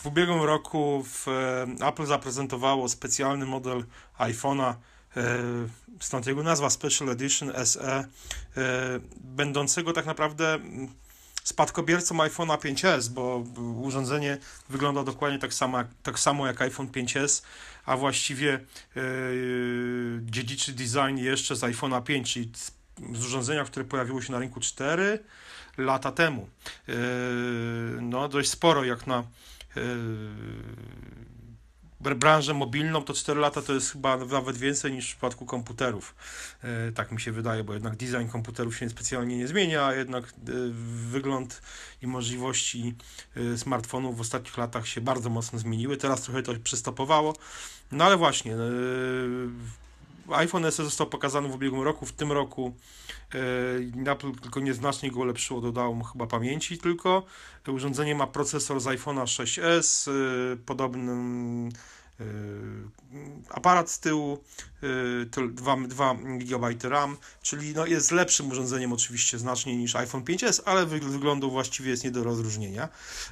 ubiegłym roku Apple zaprezentowało specjalny model iPhone'a, stąd jego nazwa Special Edition SE, będącego tak naprawdę spadkobiercą iPhone'a 5S, bo urządzenie wygląda dokładnie tak samo jak iPhone 5S, a właściwie dziedziczy design jeszcze z iPhone'a 5, czyli z urządzenia, które pojawiło się na rynku 4 lata temu. No dość sporo jak na branżę mobilną, to 4 lata to jest chyba nawet więcej niż w przypadku komputerów. Tak mi się wydaje, bo jednak design komputerów się specjalnie nie zmienia, a jednak wygląd i możliwości smartfonów w ostatnich latach się bardzo mocno zmieniły. Teraz trochę to przystopowało. No ale właśnie, iPhone SE został pokazany w ubiegłym roku, w tym roku Apple tylko nieznacznie go ulepszyło, dodało mu chyba pamięci tylko. Urządzenie ma procesor z iPhone'a 6s, podobny aparat z tyłu, 2 GB RAM, czyli no jest lepszym urządzeniem oczywiście znacznie niż iPhone 5s, ale wyglądu właściwie jest nie do rozróżnienia.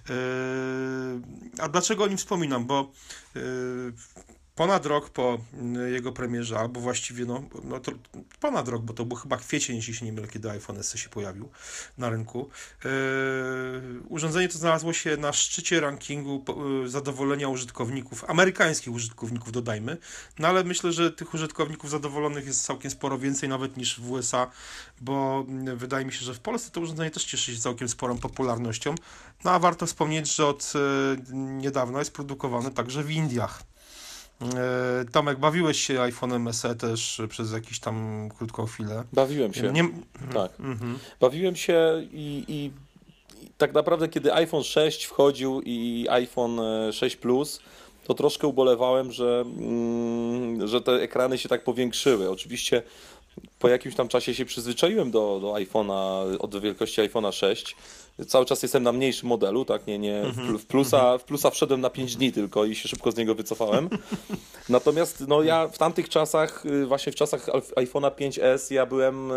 A dlaczego o nim wspominam? Bo ponad rok po jego premierze, albo właściwie no to ponad rok, bo to był chyba kwiecień, jeśli się nie mylę, kiedy iPhone SE się pojawił na rynku. Urządzenie to znalazło się na szczycie rankingu zadowolenia użytkowników, amerykańskich użytkowników dodajmy, no ale myślę, że tych użytkowników zadowolonych jest całkiem sporo więcej nawet niż w USA, bo wydaje mi się, że w Polsce to urządzenie też cieszy się całkiem sporą popularnością, no a warto wspomnieć, że od niedawna jest produkowane także w Indiach. Tomek, bawiłeś się iPhone'em SE też przez jakąś tam krótką chwilę. Bawiłem się, tak. Bawiłem się i tak naprawdę kiedy iPhone 6 wchodził i iPhone 6 Plus, to troszkę ubolewałem, że te ekrany się tak powiększyły. Oczywiście po jakimś tam czasie się przyzwyczaiłem do iPhone'a, od wielkości iPhone'a 6. Cały czas jestem na mniejszym modelu, tak? Nie, w plusa wszedłem na 5 dni tylko i się szybko z niego wycofałem. Natomiast no ja w tamtych czasach, właśnie w czasach iPhone'a 5S, ja byłem,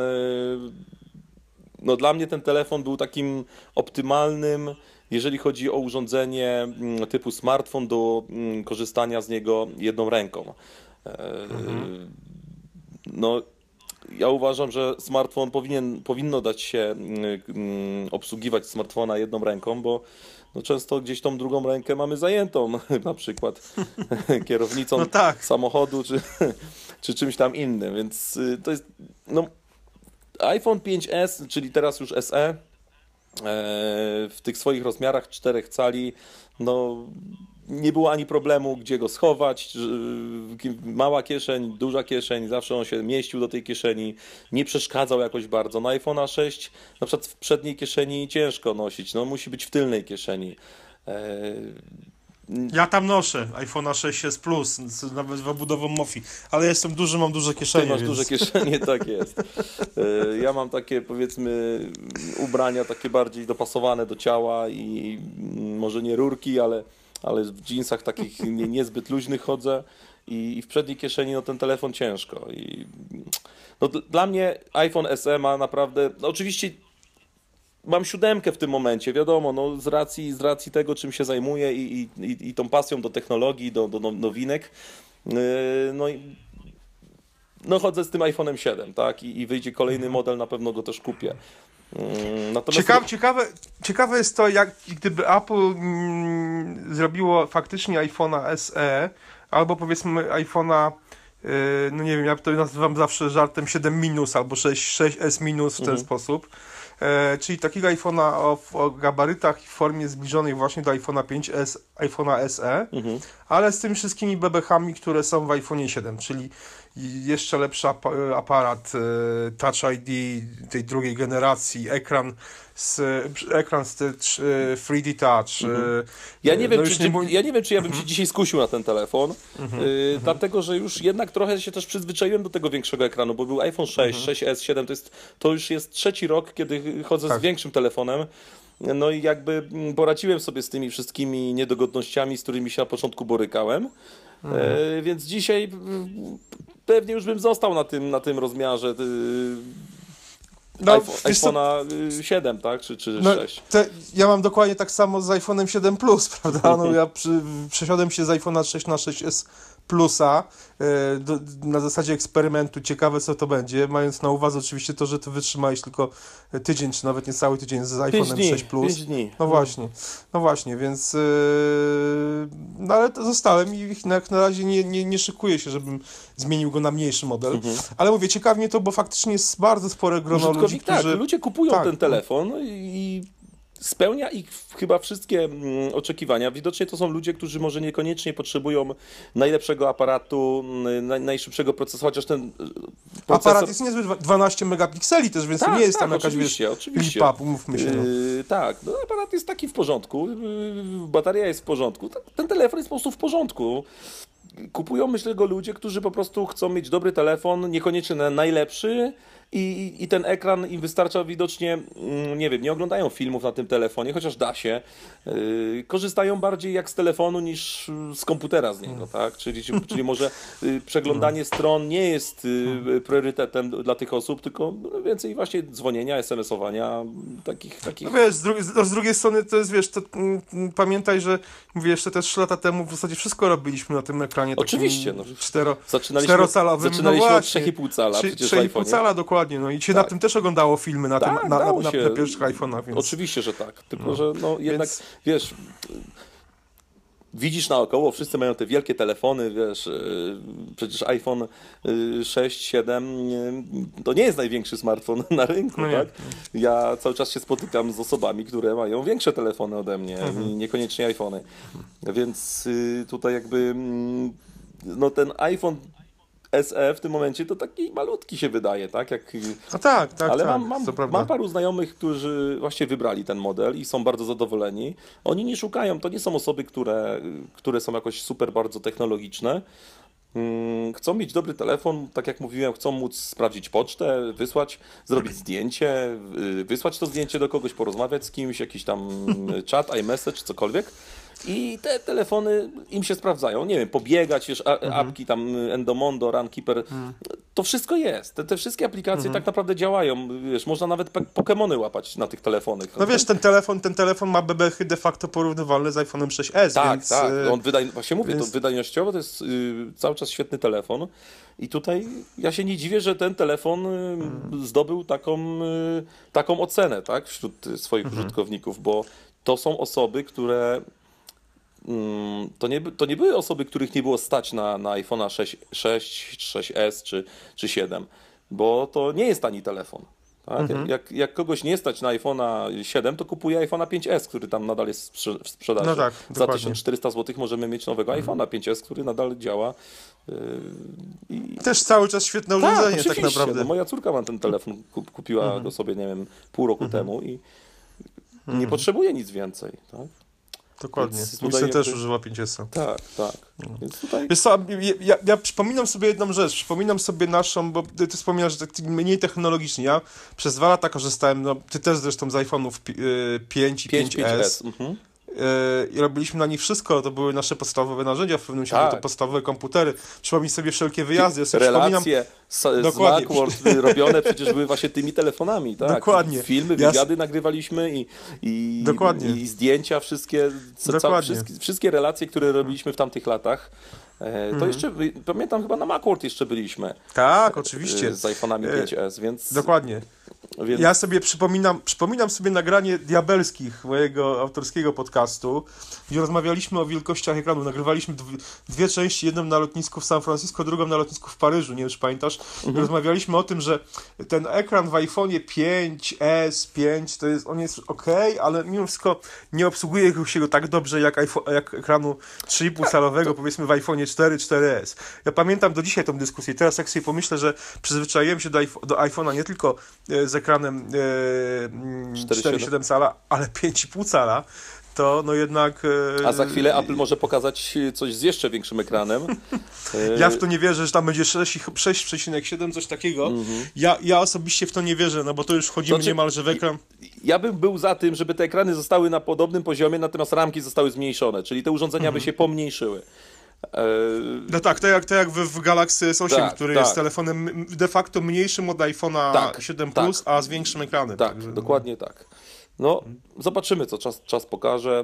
no dla mnie ten telefon był takim optymalnym, jeżeli chodzi o urządzenie typu smartfon, do korzystania z niego jedną ręką. No ja uważam, że smartfon powinno dać się obsługiwać smartfona jedną ręką, bo no często gdzieś tą drugą rękę mamy zajętą, na przykład kierownicą No tak. samochodu czy czymś tam innym, więc to jest no, iPhone 5S, czyli teraz już SE, w tych swoich rozmiarach 4 cali, no nie było ani problemu, gdzie go schować, mała kieszeń, duża kieszeń, zawsze on się mieścił do tej kieszeni, nie przeszkadzał jakoś bardzo. Na iPhone'a 6 na przykład w przedniej kieszeni ciężko nosić, no musi być w tylnej kieszeni. Ja tam noszę iPhone'a 6s Plus, nawet z obudową MOFI, ale jestem duży, mam duże kieszenie. Ty masz więc... duże kieszenie, tak jest. Ja mam takie, powiedzmy, ubrania takie bardziej dopasowane do ciała i może nie rurki, ale w dżinsach takich niezbyt luźnych chodzę i w przedniej kieszeni no ten telefon ciężko. No, dla mnie iPhone SE ma naprawdę, no oczywiście mam 7 w tym momencie, wiadomo, no z racji tego, czym się zajmuję i tą pasją do technologii, do nowinek, no chodzę z tym iPhone'em 7, tak? I wyjdzie kolejny model, na pewno go też kupię. Natomiast... Ciekawe jest to, jak gdyby Apple zrobiło faktycznie iPhone'a SE, albo powiedzmy iPhone'a, no nie wiem, ja to nazywam zawsze żartem 7 minus, albo 6S minus w ten sposób. Czyli takiego iPhone'a o gabarytach i formie zbliżonej właśnie do iPhone'a 5S, iPhone'a SE, ale z tymi wszystkimi bebechami, które są w iPhone'ie 7, czyli jeszcze lepszy aparat Touch ID tej drugiej generacji, ekran z 3D Touch. Ja nie wiem, czy ja bym się dzisiaj skusił na ten telefon, dlatego, że już jednak trochę się też przyzwyczaiłem do tego większego ekranu, bo był iPhone 6, 6S, 7, to już jest 3. rok, kiedy chodzę z większym telefonem. No i jakby poradziłem sobie z tymi wszystkimi niedogodnościami, z którymi się na początku borykałem. Więc dzisiaj pewnie już bym został na tym rozmiarze. No, wiesz co, iPhone'a 7, tak? Czy no, 6. ja mam dokładnie tak samo z iPhone'em 7 Plus, prawda? No, ja przesiadłem się z iPhone'a 6 na 6S Plusa na zasadzie eksperymentu. Ciekawe, co to będzie, mając na uwadze oczywiście to, że ty wytrzymałeś tylko tydzień, czy nawet nie cały tydzień z iPhone'em 6 Plus. 5 dni. No właśnie, więc no ale to zostałem i jak na razie nie szykuję się, żebym zmienił go na mniejszy model. Ale mówię, ciekawi mnie to, bo faktycznie jest bardzo spore grono ludzi, Tak, którzy... ludzie kupują Tak, ten telefon i spełnia ich chyba wszystkie oczekiwania. Widocznie to są ludzie, którzy może niekoniecznie potrzebują najlepszego aparatu, najszybszego procesora, chociaż ten procesor... Aparat jest niezły, 12 megapikseli też, więc to nie jest tam jakaś, oczywiście. lipa, umówmy się. No. Tak, no, aparat jest taki w porządku, bateria jest w porządku, ten telefon jest po prostu w porządku. Kupują, myślę, go ludzie, którzy po prostu chcą mieć dobry telefon, niekoniecznie najlepszy i ten ekran im wystarcza widocznie, nie wiem, nie oglądają filmów na tym telefonie, chociaż da się. Korzystają bardziej jak z telefonu niż z komputera z niego, tak? Czyli może przeglądanie stron nie jest priorytetem dla tych osób, tylko więcej właśnie dzwonienia, SMS-owania, takich... No wiesz, z drugiej strony to jest, wiesz, to, pamiętaj, że mówię, jeszcze też 3 lata temu w zasadzie wszystko robiliśmy na tym ekranie. Oczywiście, no. Czterocalowym. Zaczynaliśmy od 3,5 cala przecież w 3,5 cala, dokładnie. No i się na tym też oglądało filmy na pierwszych iPhone'ach. Więc... Oczywiście, że tak. Tylko, że no jednak, wiesz, widzisz naokoło, wszyscy mają te wielkie telefony, wiesz, przecież iPhone 6, 7 to nie jest największy smartfon na rynku, tak? Ja cały czas się spotykam z osobami, które mają większe telefony ode mnie, niekoniecznie iPhony. Więc tutaj jakby no ten iPhone SE w tym momencie to taki malutki się wydaje, tak? Ale mam paru znajomych, którzy właśnie wybrali ten model i są bardzo zadowoleni. Oni nie szukają, to nie są osoby, które są jakoś super bardzo technologiczne. Chcą mieć dobry telefon, tak jak mówiłem, chcą móc sprawdzić pocztę, wysłać, zrobić zdjęcie, wysłać to zdjęcie do kogoś, porozmawiać z kimś, jakiś tam czat, iMessage, cokolwiek. I te telefony im się sprawdzają, nie wiem, pobiegać, wiesz, apki tam Endomondo, Runkeeper, to wszystko jest. Te wszystkie aplikacje tak naprawdę działają, wiesz, można nawet Pokemony łapać na tych telefonach. No wiesz, ten telefon ma bebechy de facto porównywalne z iPhone'em 6S, tak, więc... Tak, on właśnie mówię, to wydajnościowo to jest cały czas świetny telefon i tutaj ja się nie dziwię, że ten telefon zdobył taką ocenę, tak, wśród swoich użytkowników, bo to są osoby, które to nie były osoby, których nie było stać na iPhone'a 6, 6S czy 7, bo to nie jest tani telefon. Tak? Jak kogoś nie stać na iPhone'a 7, to kupuje iPhone'a 5S, który tam nadal jest w sprzedaży. No tak, za 1400 zł możemy mieć nowego iPhone'a 5S, który nadal działa. Też cały czas świetne urządzenie, tak naprawdę. No, moja córka ma ten telefon, kupiła go sobie, nie wiem, pół roku temu i nie potrzebuje nic więcej. Tak? Dokładnie. Mój syn też używa 5S. Tak. Więc tutaj... Wiesz co, ja przypominam sobie jedną rzecz. Przypominam sobie naszą, bo ty wspominasz, że tak mniej technologicznie. Ja przez 2 lata korzystałem, no ty też zresztą z iPhone'ów 5 i 5S. I robiliśmy na nich wszystko, to były nasze podstawowe narzędzia, w pewnym sensie to podstawowe komputery. Przypomnij sobie wszelkie wyjazdy. Ja sobie relacje z Macworld robione przecież były właśnie tymi telefonami, tak? Dokładnie. Filmy, wywiady nagrywaliśmy i zdjęcia, wszystkie relacje, które robiliśmy w tamtych latach. To jeszcze, pamiętam, chyba na Macworld jeszcze byliśmy. Tak, oczywiście. Z iPhone'ami 5S, więc... Dokładnie. Ja sobie przypominam sobie nagranie Diabelskich, mojego autorskiego podcastu, gdzie rozmawialiśmy o wielkościach ekranu. Nagrywaliśmy 2 części, jedną na lotnisku w San Francisco, drugą na lotnisku w Paryżu, nie wiem, czy pamiętasz. Rozmawialiśmy o tym, że ten ekran w iPhone'ie 5S, 5, on jest okej, ale mimo wszystko nie obsługuje się go tak dobrze jak ekranu 3,5-calowego, powiedzmy w iPhone'ie 4, 4S. Ja pamiętam do dzisiaj tą dyskusję. Teraz jak sobie pomyślę, że przyzwyczaiłem się do iPhone'a nie tylko z ekranem 4,7 cala, ale 5,5 cala, to no jednak... A za chwilę Apple może pokazać coś z jeszcze większym ekranem. Ja w to nie wierzę, że tam będzie 6,7, coś takiego. Ja osobiście w to nie wierzę, no bo to już wchodzimy niemalże w ekran. Ja bym był za tym, żeby te ekrany zostały na podobnym poziomie, natomiast ramki zostały zmniejszone, czyli te urządzenia by się pomniejszyły. No tak, to jak w Galaxy S8, Tak, który tak. jest telefonem de facto mniejszym od iPhone'a Tak, 7 tak. Plus, a z większym ekranem. Tak, Także, dokładnie tak. No, zobaczymy, co czas pokaże.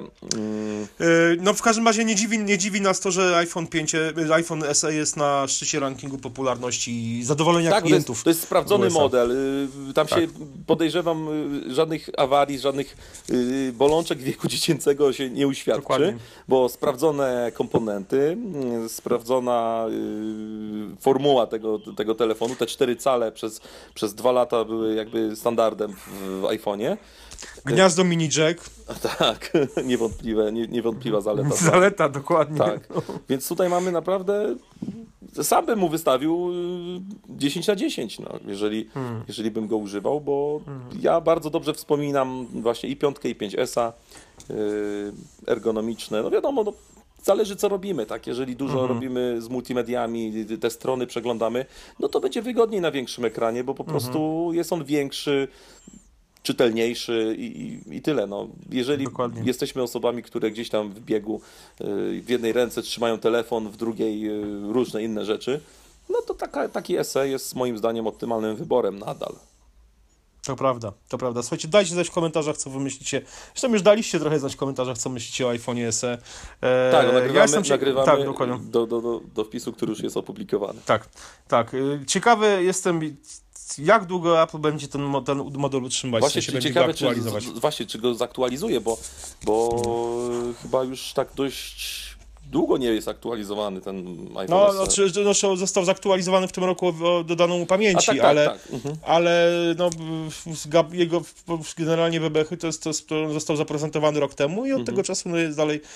No w każdym razie nie dziwi nas to, że iPhone SE jest na szczycie rankingu popularności i zadowolenia Tak, klientów. to jest sprawdzony USA. model. Tam Tak. się podejrzewam, żadnych awarii, żadnych bolączek wieku dziecięcego się nie uświadczy, Dokładnie. bo sprawdzone komponenty, sprawdzona formuła tego telefonu, te 4 cale przez 2 lata były jakby standardem w iPhone'ie. Gniazdo mini jack. Tak, niewątpliwa zaleta. Zaleta, dokładnie. Tak, więc tutaj mamy naprawdę, sam bym mu wystawił 10 na 10, no, jeżeli bym go używał, bo ja bardzo dobrze wspominam właśnie i 5 i 5S, ergonomiczne, no wiadomo, no, zależy co robimy, tak, jeżeli dużo robimy z multimediami, te strony przeglądamy, no to będzie wygodniej na większym ekranie, bo po prostu jest on większy, czytelniejszy i tyle. No, jeżeli Dokładnie. jesteśmy osobami, które gdzieś tam w biegu w jednej ręce trzymają telefon, w drugiej różne inne rzeczy, no to taki SE jest moim zdaniem optymalnym wyborem nadal. To prawda, to prawda. Słuchajcie, dajcie znać w komentarzach, co wy myślicie. Zresztą już daliście trochę znać w komentarzach, co myślicie o iPhone'ie SE. Tak, no, nagrywamy Tak, dokładnie. do wpisu, który już jest opublikowany. Tak, tak. Ciekawy jestem, jak długo Apple będzie ten model utrzymywać, Właśnie, w sensie będzie go ciekawe, aktualizować. czy go zaktualizuje, bo chyba już tak dość długo nie jest aktualizowany ten iPhone SE. Został zaktualizowany w tym roku o dodaną mu pamięci, tak, ale, tak. Mhm. ale no, jego generalnie bebechy to został zaprezentowany rok temu i od tego czasu no, jest dalej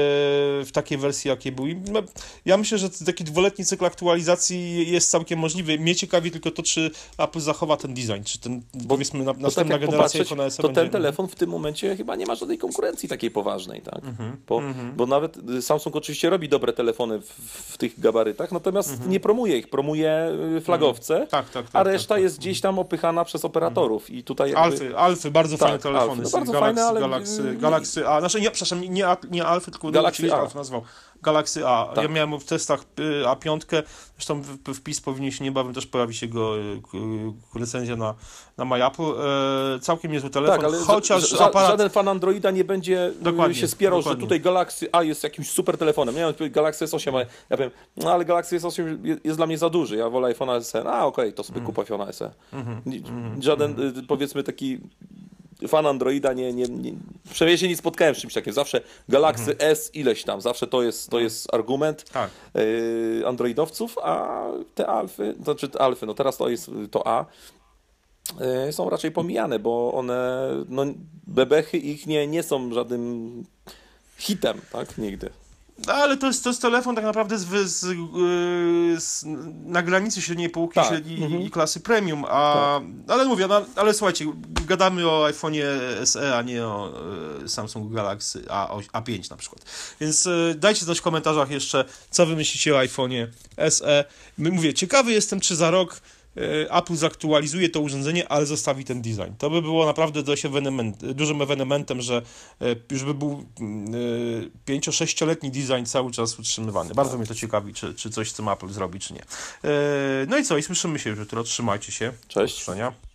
w takiej wersji, jakiej był. Ja myślę, że taki 2-letni cykl aktualizacji jest całkiem możliwy. Mnie ciekawi tylko to, czy Apple zachowa ten design, czy ten, powiedzmy, następna tak jak generacja popatrzeć, iPhone'a SE to będzie... ten telefon w tym momencie chyba nie ma żadnej konkurencji takiej poważnej, tak? Bo nawet Samsung oczywiście robi dobre telefony w tych gabarytach, natomiast nie promuje ich, promuje flagowce, Tak, a reszta jest gdzieś tam opychana przez operatorów i tutaj jakby... Alfy, bardzo fajne Tak, telefony. Alfy, no bardzo fajne, ale- Galaxy A, znaczy nie, przepraszam, nie Alfy, tylko Galaxy A. Alfy nazwał. Galaxy A. Tak. Ja miałem w testach A5, zresztą wpis powinien się niebawem też pojawić jego recenzja na My Apple. Całkiem niezły telefon, Tak, ale chociaż aparat... żaden fan Androida nie będzie Dokładnie, się spierał, dokładnie. że tutaj Galaxy A jest jakimś super telefonem. Nie wiem, Galaxy S8, ale ja powiem, no ale Galaxy S8 jest dla mnie za duży, ja wolę iPhone'a SE. Okej, to sobie kup iPhone'a SE. Żaden, powiedzmy, taki fan Androida przynajmniej się nie spotkałem z czymś takim. Zawsze Galaxy S ileś tam, zawsze to jest argument Tak. androidowców, a te Alfy, no teraz to jest to A, są raczej pomijane, bo one, no, bebechy ich nie są żadnym hitem, tak, nigdy. No, ale to jest telefon tak naprawdę na granicy średniej półki Tak. i klasy premium, ale mówię, ale słuchajcie, gadamy o iPhone'ie SE, a nie o Samsung Galaxy A5 na przykład. Więc dajcie znać w komentarzach jeszcze, co wy myślicie o iPhone'ie SE. Mówię, ciekawy jestem, czy za rok Apple zaktualizuje to urządzenie, ale zostawi ten design. To by było naprawdę dość dużym ewenementem, że już by był 5-6-letni design cały czas utrzymywany. Bardzo mnie to ciekawi, czy coś z tym Apple zrobi, czy nie. No i co? I słyszymy się już jutro. Trzymajcie się. Cześć. Do usłyszenia.